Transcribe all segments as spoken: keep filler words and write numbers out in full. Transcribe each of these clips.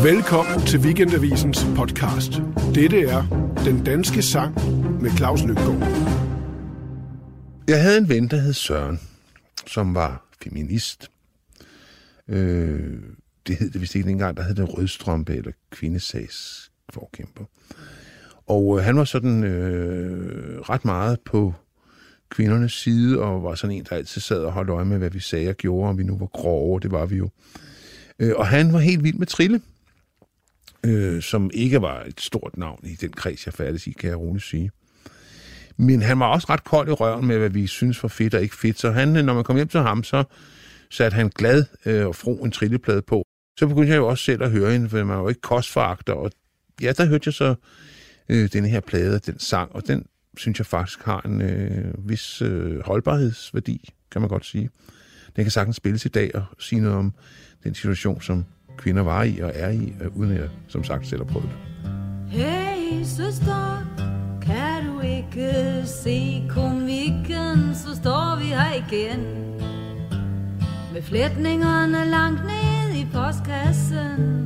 Velkommen til Weekendavisens podcast. Dette er Den Danske Sang med Claus Lynggaard. Jeg havde en ven, der hed Søren, som var feminist. Øh, det hed det vist ikke engang, der hed det rødstrømpe eller kvindesagsforkæmper. Og øh, han var sådan øh, ret meget på kvindernes side, og var sådan en, der altid sad og holdt øje med, hvad vi sagde og gjorde, om vi nu var grove, det var vi jo. Øh, og han var helt vild med Trille, øh, som ikke var et stort navn i den kreds, jeg færdes i, kan jeg roligt sige. Men han var også ret kold i røven med, hvad vi synes var fedt og ikke fedt. Så han, når man kom hjem til ham, så satte han glad øh, og fro en trilleplade på. Så begyndte jeg jo også selv at høre hende, for man var jo ikke kostforagter. Og ja, der hørte jeg så øh, denne her plade og den sang, og den synes jeg faktisk har en øh, vis øh, holdbarhedsværdi, kan man godt sige. Den kan sagtens spilles i dag og sige noget om den situation, som kvinder var i og er i, øh, uden at jeg som sagt selv har prøvet det. Hey søster, kan du ikke se komikken, så står vi her igen. Med flætningerne langt ned i postkassen.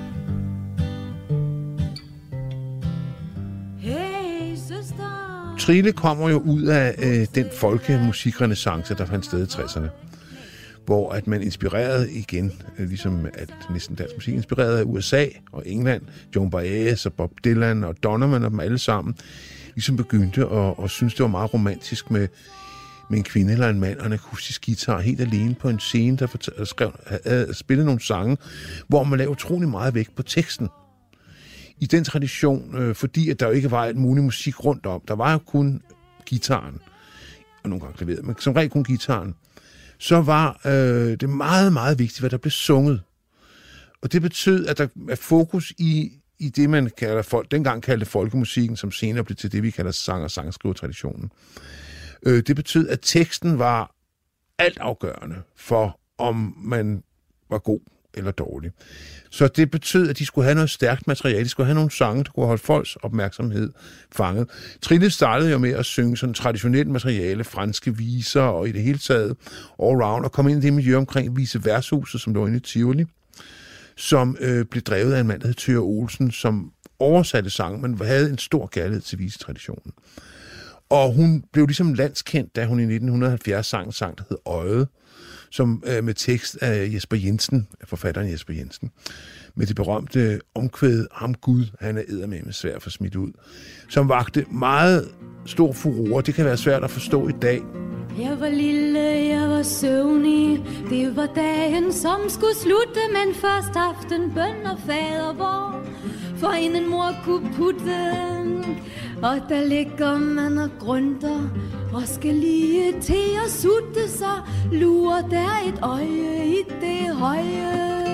Hey søster. Trille kommer jo ud af øh, den folkemusikrenaissance, der fandt sted i tresserne. Hvor at man inspirerede igen, øh, ligesom at næsten dansk musik inspireret af U S A og England, Joan Baez og Bob Dylan og Donovan og dem alle sammen, ligesom begyndte at, at synes, det var meget romantisk med, med en kvinde eller en mand og en akustisk guitar helt alene på en scene, der fortæ- skrev, havde spillet nogle sange, hvor man lavede utrolig meget vægt på teksten. I den tradition, øh, fordi at der jo ikke var et mulig musik rundt om, der var jo kun guitaren, og nogle gange klaveret, men som regel kun guitaren, så var øh, det meget, meget vigtigt, hvad der blev sunget. Og det betød, at der er fokus i, i det, man kalder folk, dengang kaldte folkemusikken, som senere blev til det, vi kalder sang- og sangskrivetraditionen. Øh, det betød, at teksten var altafgørende for, om man var god eller dårlig. Så det betød, at de skulle have noget stærkt materiale. De skulle have nogle sange, der kunne holde folks opmærksomhed fanget. Trille startede jo med at synge sådan traditionelt materiale, franske viser og i det hele taget all round, og kom ind i det miljø omkring Vise Værtshuset, som lå inde i Tivoli, som øh, blev drevet af en mand, der hed Thøger Olsen, som oversatte sange, men havde en stor kærlighed til visetraditionen. Og hun blev ligesom landskendt, da hun i nitten halvfjerds sang en sang, der hed Øjet, som øh, med tekst af Jesper Jensen, forfatteren Jesper Jensen, med det berømte omkvæd, ham Gud, han er eddermame svær for smidt ud, som vagte meget stor furore. Det kan være svært at forstå i dag. Jeg var lille, jeg var søvnig, det var dagen, som skulle slutte, men først aften, bøn og fader, hvor for inden mor kunne putte. Og der ligger man og grønter, og skal lige til at sutte sig, lurer der et øje i det høje.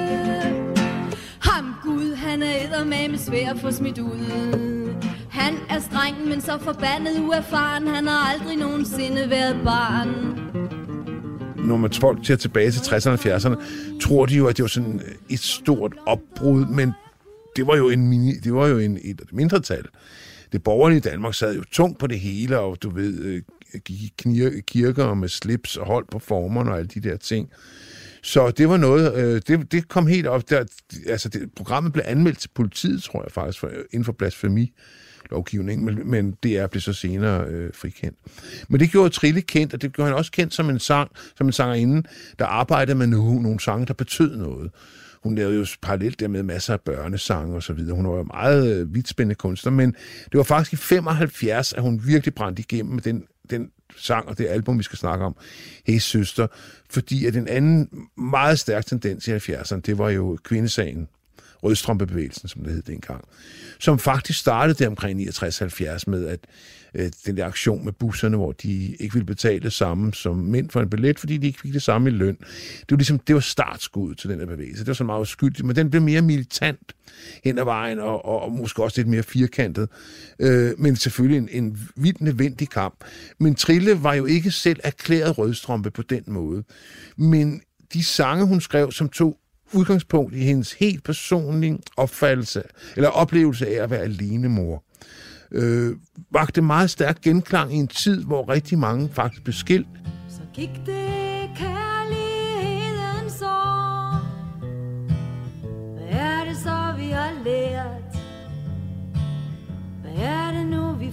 Ham Gud, han er eddermame svær at få smidt ud. Han er streng, men så forbandet uerfaren, han har aldrig nogensinde været barn. Når man folk ser tilbage til tresserne og halvfjerdserne, tror de jo, at det var sådan et stort opbrud, men det var jo en mini, det var jo en, et mindretal. Det borgerlige Danmark sad jo tungt på det hele, og du ved, gik i kirker med slips og holdt på formerne og alle de der ting. Så det var noget, øh, det, det kom helt op der, altså det, programmet blev anmeldt til politiet, tror jeg faktisk, for, inden for blasfemi-lovgivningen, men, men D R blev så senere øh, frikendt. Men det gjorde Trille kendt, og det gjorde han også kendt som en sang, som en sangerinde, der arbejdede med nogle, nogle sange, der betød noget. Hun lavede jo parallelt der med masser af børnesange og så videre. Hun var jo meget øh, vidtspændende kunstner, men det var faktisk i femoghalvfjerds, at hun virkelig brændte igennem med den, den sang og det album, vi skal snakke om, Hey Søster, fordi at en anden meget stærk tendens i halvfjerdserne, det var jo kvindesagen, rødstrømpebevægelsen, som det hed dengang, som faktisk startede der omkring niogtres halvfjerds med, at øh, den der aktion med busserne, hvor de ikke ville betale det samme som mænd for en billet, fordi de ikke fik det samme i løn. Det var ligesom, det var startskuddet til den her bevægelse. Det var så meget uskyldigt, men den blev mere militant hen ad vejen, og, og, og måske også lidt mere firkantet. Øh, men selvfølgelig en, en vildt nødvendig kamp. Men Trille var jo ikke selv erklæret rødstrømpe på den måde. Men de sange, hun skrev, som tog udgangspunkt i hendes helt personlige opfattelse, eller oplevelse af at være alenemor, øh, vagte meget stærk genklang i en tid, hvor rigtig mange faktisk blev skilt. Så gik det kærligheden så. Hvad er det så,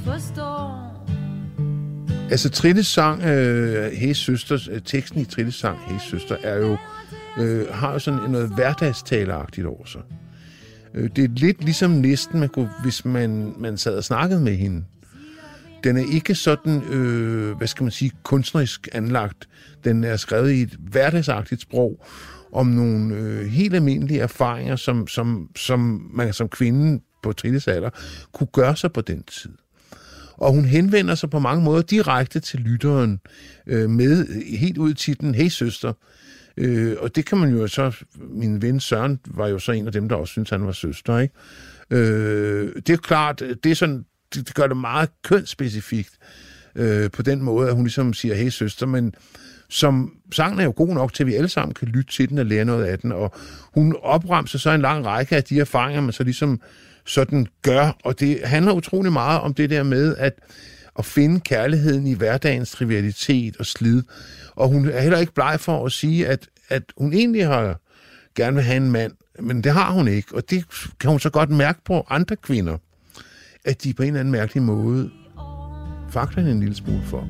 forstår. Altså, Trilles sang, øh, Hey Søster, teksten i Trilles sang, Hey Søster, er jo, øh, har jo sådan noget hverdagstaleagtigt over sig. Øh, det er lidt ligesom næsten, man kunne, hvis man, man sad og snakkede med hende. Den er ikke sådan, øh, hvad skal man sige, kunstnerisk anlagt. Den er skrevet i et hverdagsagtigt sprog om nogle øh, helt almindelige erfaringer, som, som, som man som kvinde på Trilles alder kunne gøre sig på den tid. Og hun henvender sig på mange måder direkte til lytteren øh, med helt ud i titlen, Hey Søster. Øh, og det kan man jo så, min ven Søren var jo så en af dem, der også syntes, han var søster, ikke? Øh, det er klart, det er sådan, det gør det meget kønsspecifikt øh, på den måde, at hun ligesom siger, hey søster, men som sangen er jo god nok til, at vi alle sammen kan lytte til den og lære noget af den, og hun opremser så en lang række af de erfaringer, man så ligesom sådan gør, og det handler utrolig meget om det der med, at at finde kærligheden i hverdagens trivialitet og slid, og hun er heller ikke bleg for at sige, at, at hun egentlig har gerne vil have en mand, men det har hun ikke, og det kan hun så godt mærke på andre kvinder, at de på en eller anden mærkelig måde fakler hende en lille smule for.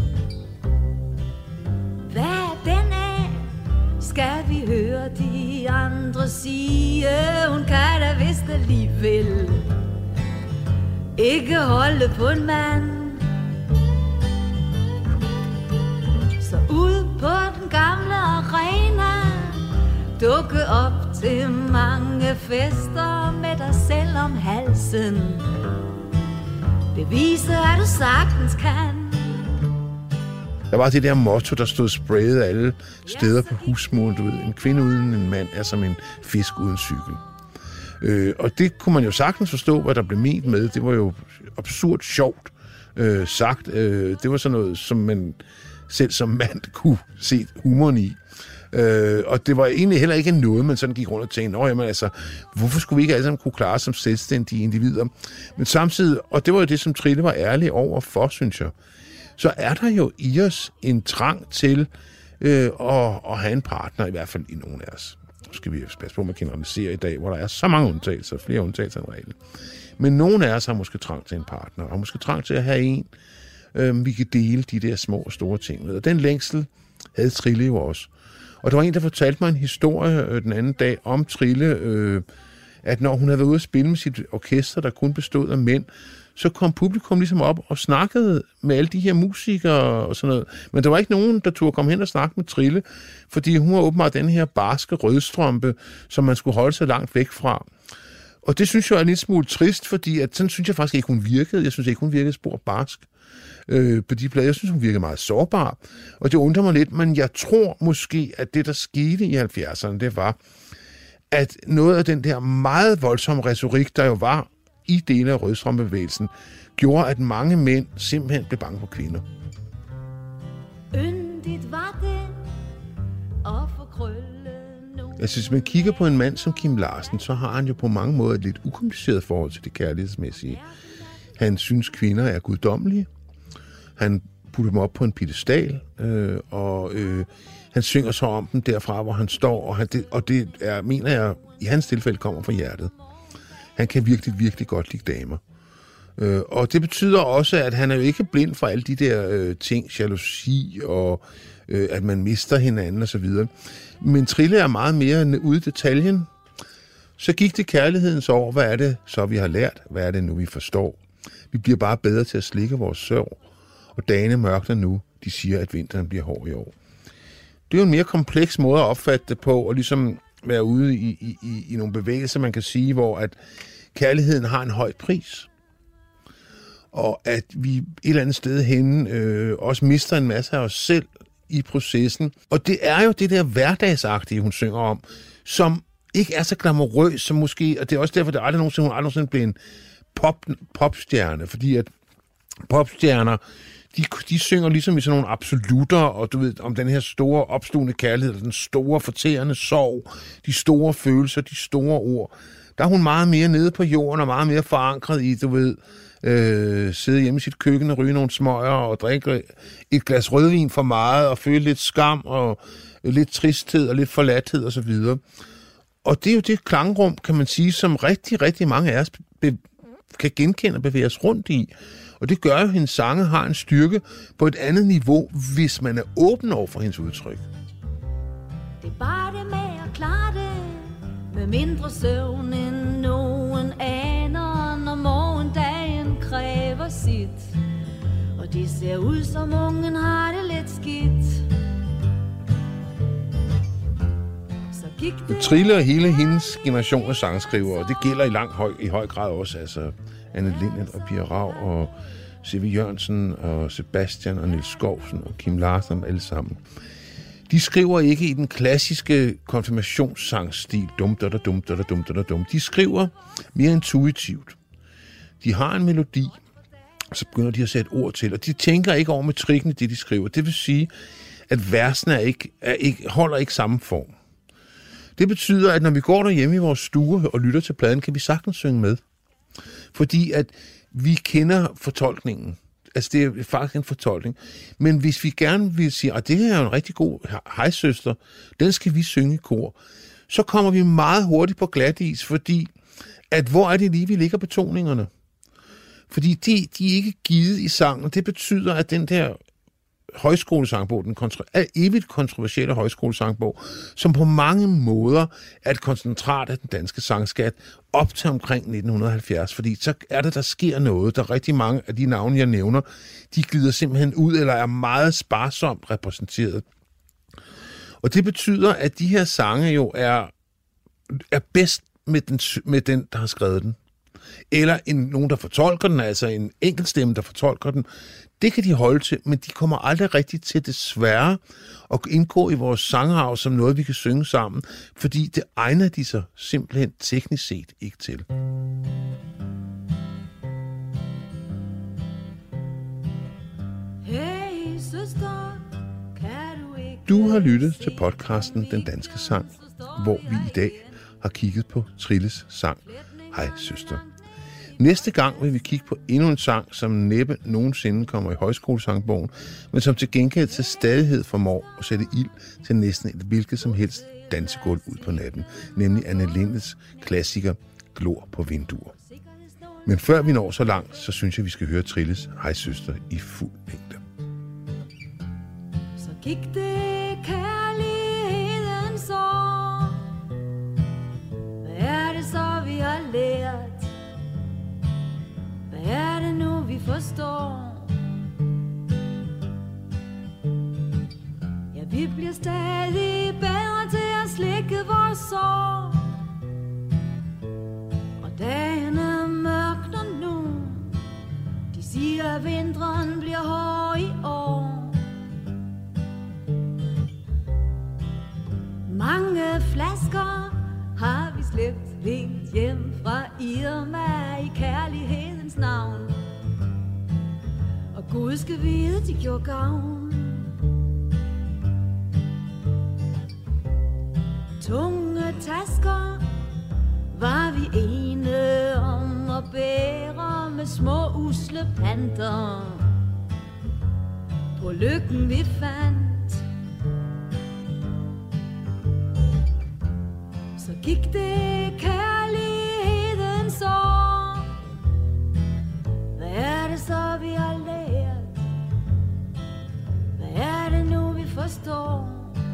Hvad den er, skal vi høre de andre sige. Hun kan da vist alligevel ikke holde på en mand. Så ud på den gamle arena, dukke op til mange fester med dig selv om halsen. Bevise, at du sagtens kan. Der var det der motto, der stod sprayet alle steder på husmuren, du ved. En kvinde uden en mand er som en fisk uden cykel. Øh, og det kunne man jo sagtens forstå, hvad der blev ment med. Det var jo absurd sjovt øh, sagt. Øh, det var sådan noget, som man selv som mand kunne se humoren i. Øh, og det var egentlig heller ikke noget, man sådan gik rundt og tænkte, nå jamen altså, hvorfor skulle vi ikke alle sammen kunne klare som selvstændige individer? Men samtidig, og det var jo det, som Trille var ærlig over for, synes jeg, så er der jo i os en trang til øh, at, at have en partner, i hvert fald i nogen af os. Nu skal vi passe på, at man generaliserer i dag, hvor der er så mange undtagelser, flere undtagelser end regel. Men nogen af os har måske trang til en partner, og måske trang til at have en, øh, vi kan dele de der små og store ting med. Og den længsel havde Trille jo også. Og der var en, der fortalte mig en historie øh, den anden dag om Trille, øh, at når hun havde været ude at spille med sit orkester, der kun bestod af mænd, så kom publikum ligesom op og snakkede med alle de her musikere og sådan noget. Men der var ikke nogen, der turde komme hen og snakke med Trille, fordi hun var åbenbart den her barske rødstrømpe, som man skulle holde sig langt væk fra. Og det synes jeg er en lille smule trist, fordi at, sådan synes jeg faktisk ikke, hun virkede. Jeg synes ikke, hun virkede spor barsk øh, på de plader. Jeg synes, hun virkede meget sårbar. Og det undrer mig lidt, men jeg tror måske, at det, der skete i halvfjerdserne, det var, at noget af den der meget voldsomme retorik, der jo var i dele af rødstrømbevægelsen, gjorde, at mange mænd simpelthen blev bange for kvinder. Yndigt var det at få krølle nu. Altså, hvis man kigger på en mand som Kim Larsen, så har han jo på mange måder et lidt ukompliceret forhold til det kærlighedsmæssige. Han synes, kvinder er guddommelige. Han putter dem op på en piedestal, øh, og øh, han synger så om dem derfra, hvor han står, og, han, det, og det er, mener jeg, i hans tilfælde kommer fra hjertet. Han kan virkelig, virkelig godt lide damer. Øh, og det betyder også, at han er jo ikke blind for alle de der øh, ting, jalousi og øh, at man mister hinanden og så videre. Men Trille er meget mere ude i detaljen. Så gik det kærlighedens år. Hvad er det så, vi har lært? Hvad er det nu, vi forstår? Vi bliver bare bedre til at slikke vores sørg. Og dagene mørkner nu. De siger, at vinteren bliver hård i år. Det er jo en mere kompleks måde at opfatte det på, og ligesom være ude i, i, i, i nogle bevægelser, man kan sige, hvor at kærligheden har en høj pris. Og at vi et eller andet sted henne øh, også mister en masse af os selv i processen. Og det er jo det der hverdagsagtige, hun synger om, som ikke er så glamourøs som måske, og det er også derfor, det er aldrig nogensinde, hun aldrig nogensinde blev en pop, popstjerne, fordi at popstjerner, de, de synger ligesom i sådan nogle absolutter, og du ved, om den her store opstående kærlighed, den store fortærende sorg, de store følelser, de store ord. Der er hun meget mere nede på jorden, og meget mere forankret i, du ved, øh, sidde hjemme i sit køkken og ryge nogle smøger, og drikke et glas rødvin for meget, og føle lidt skam, og lidt tristhed, og lidt forladthed, og så videre. Og det er jo det klangrum, kan man sige, som rigtig, rigtig mange af os be- kan genkende og bevæge os rundt i. Og det gør jo, at hendes sange har en styrke på et andet niveau, hvis man er åben over for hendes udtryk. Det er bare det med at klare det, med mindre søvn end nogen aner, når morgendagen kræver sit. Og det ser ud som ungen har det lidt skidt. Så gik det... Trille og hele hendes generation af sangskrivere, og det gælder i langt høj, i høj grad også, altså Anne Linnet og Pia Rav og C V Jørgensen og Sebastian og Niels Skovsen og Kim Larsen, alle sammen. De skriver ikke i den klassiske konfirmationssangsstil, dum da da dum da da dum da da dum. De skriver mere intuitivt. De har en melodi, og så begynder de at sætte ord til, og de tænker ikke over metrikken i det, de skriver. Det vil sige, at versene er ikke, er ikke, holder ikke samme form. Det betyder, at når vi går derhjemme i vores stue og lytter til pladen, kan vi sagtens synge med. Fordi at vi kender fortolkningen. Altså, det er faktisk en fortolkning. Men hvis vi gerne vil sige, at det her er en rigtig god hejsøster, den skal vi synge i kor, så kommer vi meget hurtigt på glat is, fordi at hvor er det lige, vi ligger betoningerne? Fordi de, de er ikke givet i sangen. Det betyder, at den der højskolesangbog, den kontro- evigt kontroversielle højskolesangbog, som på mange måder er et koncentrat af den danske sangskat op til omkring nitten halvfjerds, fordi så er det, der sker noget. Der er rigtig mange af de navne, jeg nævner, de glider simpelthen ud, eller er meget sparsomt repræsenteret. Og det betyder, at de her sange jo er, er bedst med den, med den, der har skrevet den. Eller en, nogen, der fortolker den, altså en enkeltstemme, der fortolker den. Det kan de holde til, men de kommer aldrig rigtigt til desværre at indgå i vores sanghav som noget, vi kan synge sammen, fordi det egner de sig simpelthen teknisk set ikke til. Hey, søster, kan du ikke... Du har lyttet til podcasten Den Danske Sang, hvor vi i dag har kigget på Trilles sang Hej Søster. Næste gang vil vi kigge på endnu en sang, som næppe nogensinde kommer i højskolesangbogen, men som til gengæld til stadighed formår at sætte ild til næsten et hvilket som helst dansegulv ud på natten, nemlig Anne Lindets klassiker Glor på vinduer. Men før vi når så langt, så synes jeg, vi skal høre Trilles Hej Søster i fuld mængde. Så gik det kærligheden så. Hvad er det så, vi har lært? Hvad er det nu, vi forstår? Ja, vi bliver stadig bedre til at slikke vores sår. Og dagene mørkner nu. De siger, at vinteren bliver hård i år. Mange flasker har vi slæbt helt hjem fra Irma i kærlighedens navn. Og Gud skal vide, de gjorde gavn. Tunge tasker var vi ene om at bære med små usle panter. På lykken vi fandt, så gik det kærligheden så. Hvad er det så, vi har lært? Hvad er det nu, vi forstår?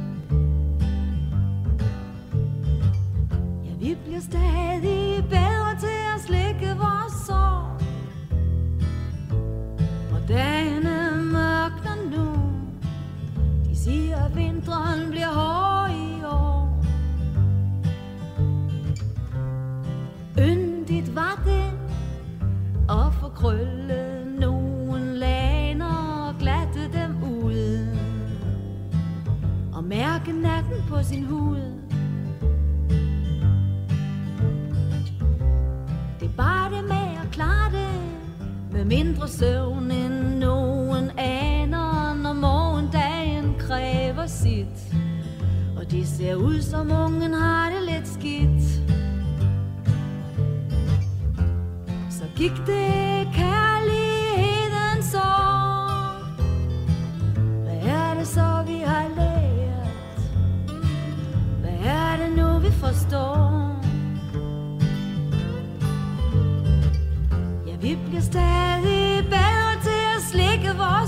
Ja, vi bliver stadig bedre til at slikke vores sår. Og dagene mørkner nu. De siger, at vinteren bliver hård i år. Yndigt var det at få krøllet nogen laner og glatte dem ud. Og mærke natten på sin hud. Det er bare det med at klare det, med mindre søvn end nogen aner, når morgendagen kræver sit. Og det ser ud som ungen har det lidt skidt. Så gik det kærligheden så. Hvad er det så, vi har lært? Hvad er det nu, vi forstår? Ja, vi bliver stadig bedre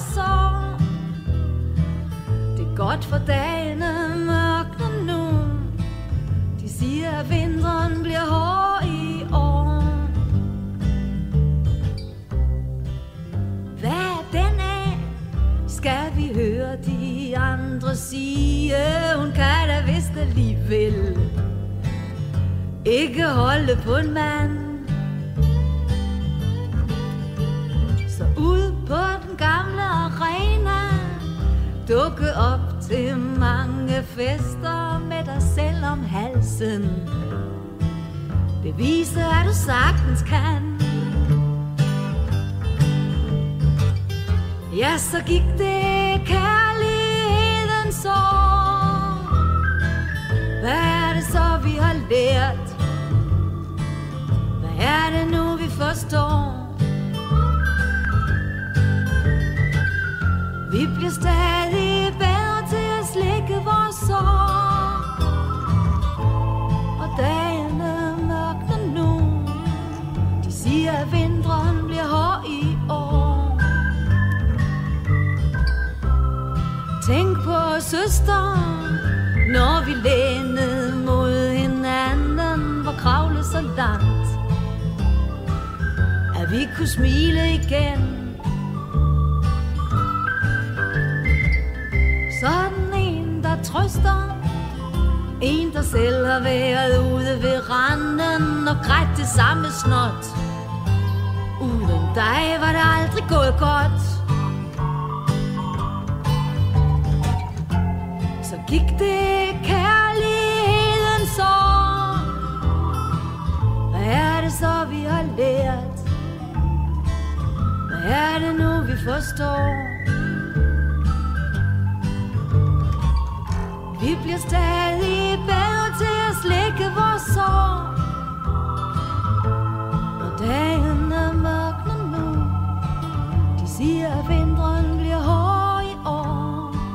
sår. Det er godt for dagene mørkner nu. De siger, at vinteren bliver hård i år. Hvad er den af? Skal vi høre de andre sige? Hun kan da vist alligevel ikke holde på en mand. Så ud på den gamle arena, dukke op til mange fester med dig selv om halsen. Bevise, at du sagtens kan. Ja, så gik det kærlighedens år. Hvad er det så, vi har lært? Hvad er det nu, vi forstår? Vi bliver stadig bedre til at slikke vores sår. Og dagene mørkner nu. De siger, at vinteren bliver hård i år. Tænk på søster, når vi lænede mod hinanden, var kravlet så langt, at vi kunne smile igen. Sådan en, der trøster, en, der selv har været ude ved randen og grædt det samme snot. Uden dig var det aldrig gået godt. Så gik det kærlighedens år. Hvad er det så, vi har lært? Hvad er det nu, vi forstår? Vi bliver stadig bedre til at slikke vores sår. Og dagen er mørkner nu. De siger, at vinteren bliver hård i år.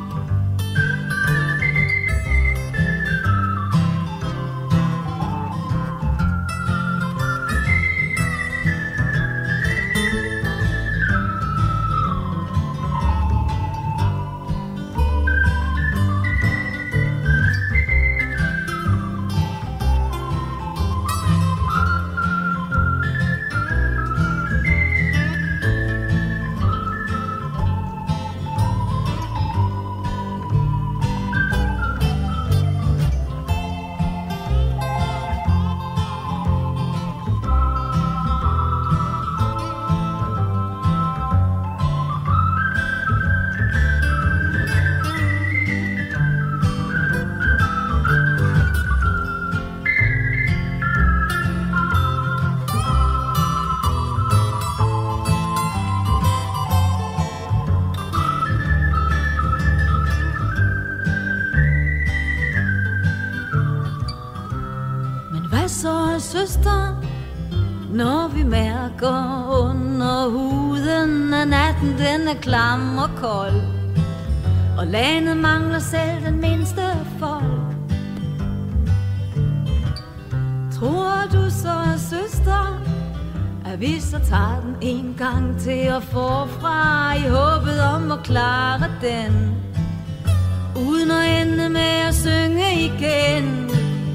Så søster, når vi mærker under huden, at natten den er klam og kold, og landet mangler selv den mindste fold. Tror du så, søster, at vi så tager den en gang til og forfra i håbet om at klare den, uden at ende med at synge igen?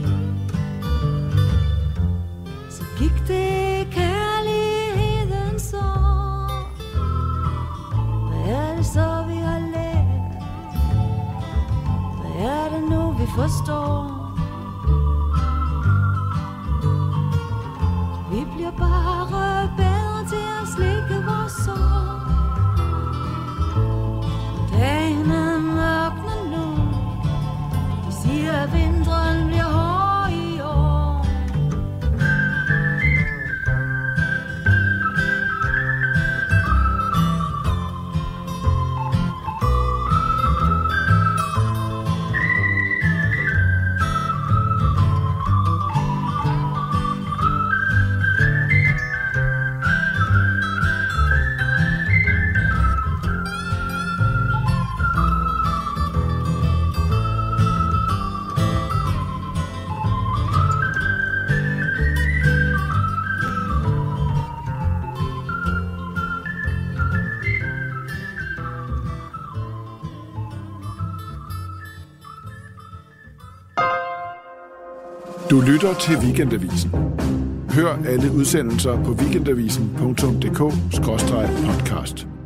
Gik det kærlighedens år. Hvad er det så, vi har lært? Hvad er det nu, vi forstår? Vi bliver bare bedre til at slikke vores sår. Dagen er mørkner nu. De siger, at vinteren Du lytter til Weekendavisen. Hør alle udsendelser på weekendavisen punktum d k skråstreg podcast.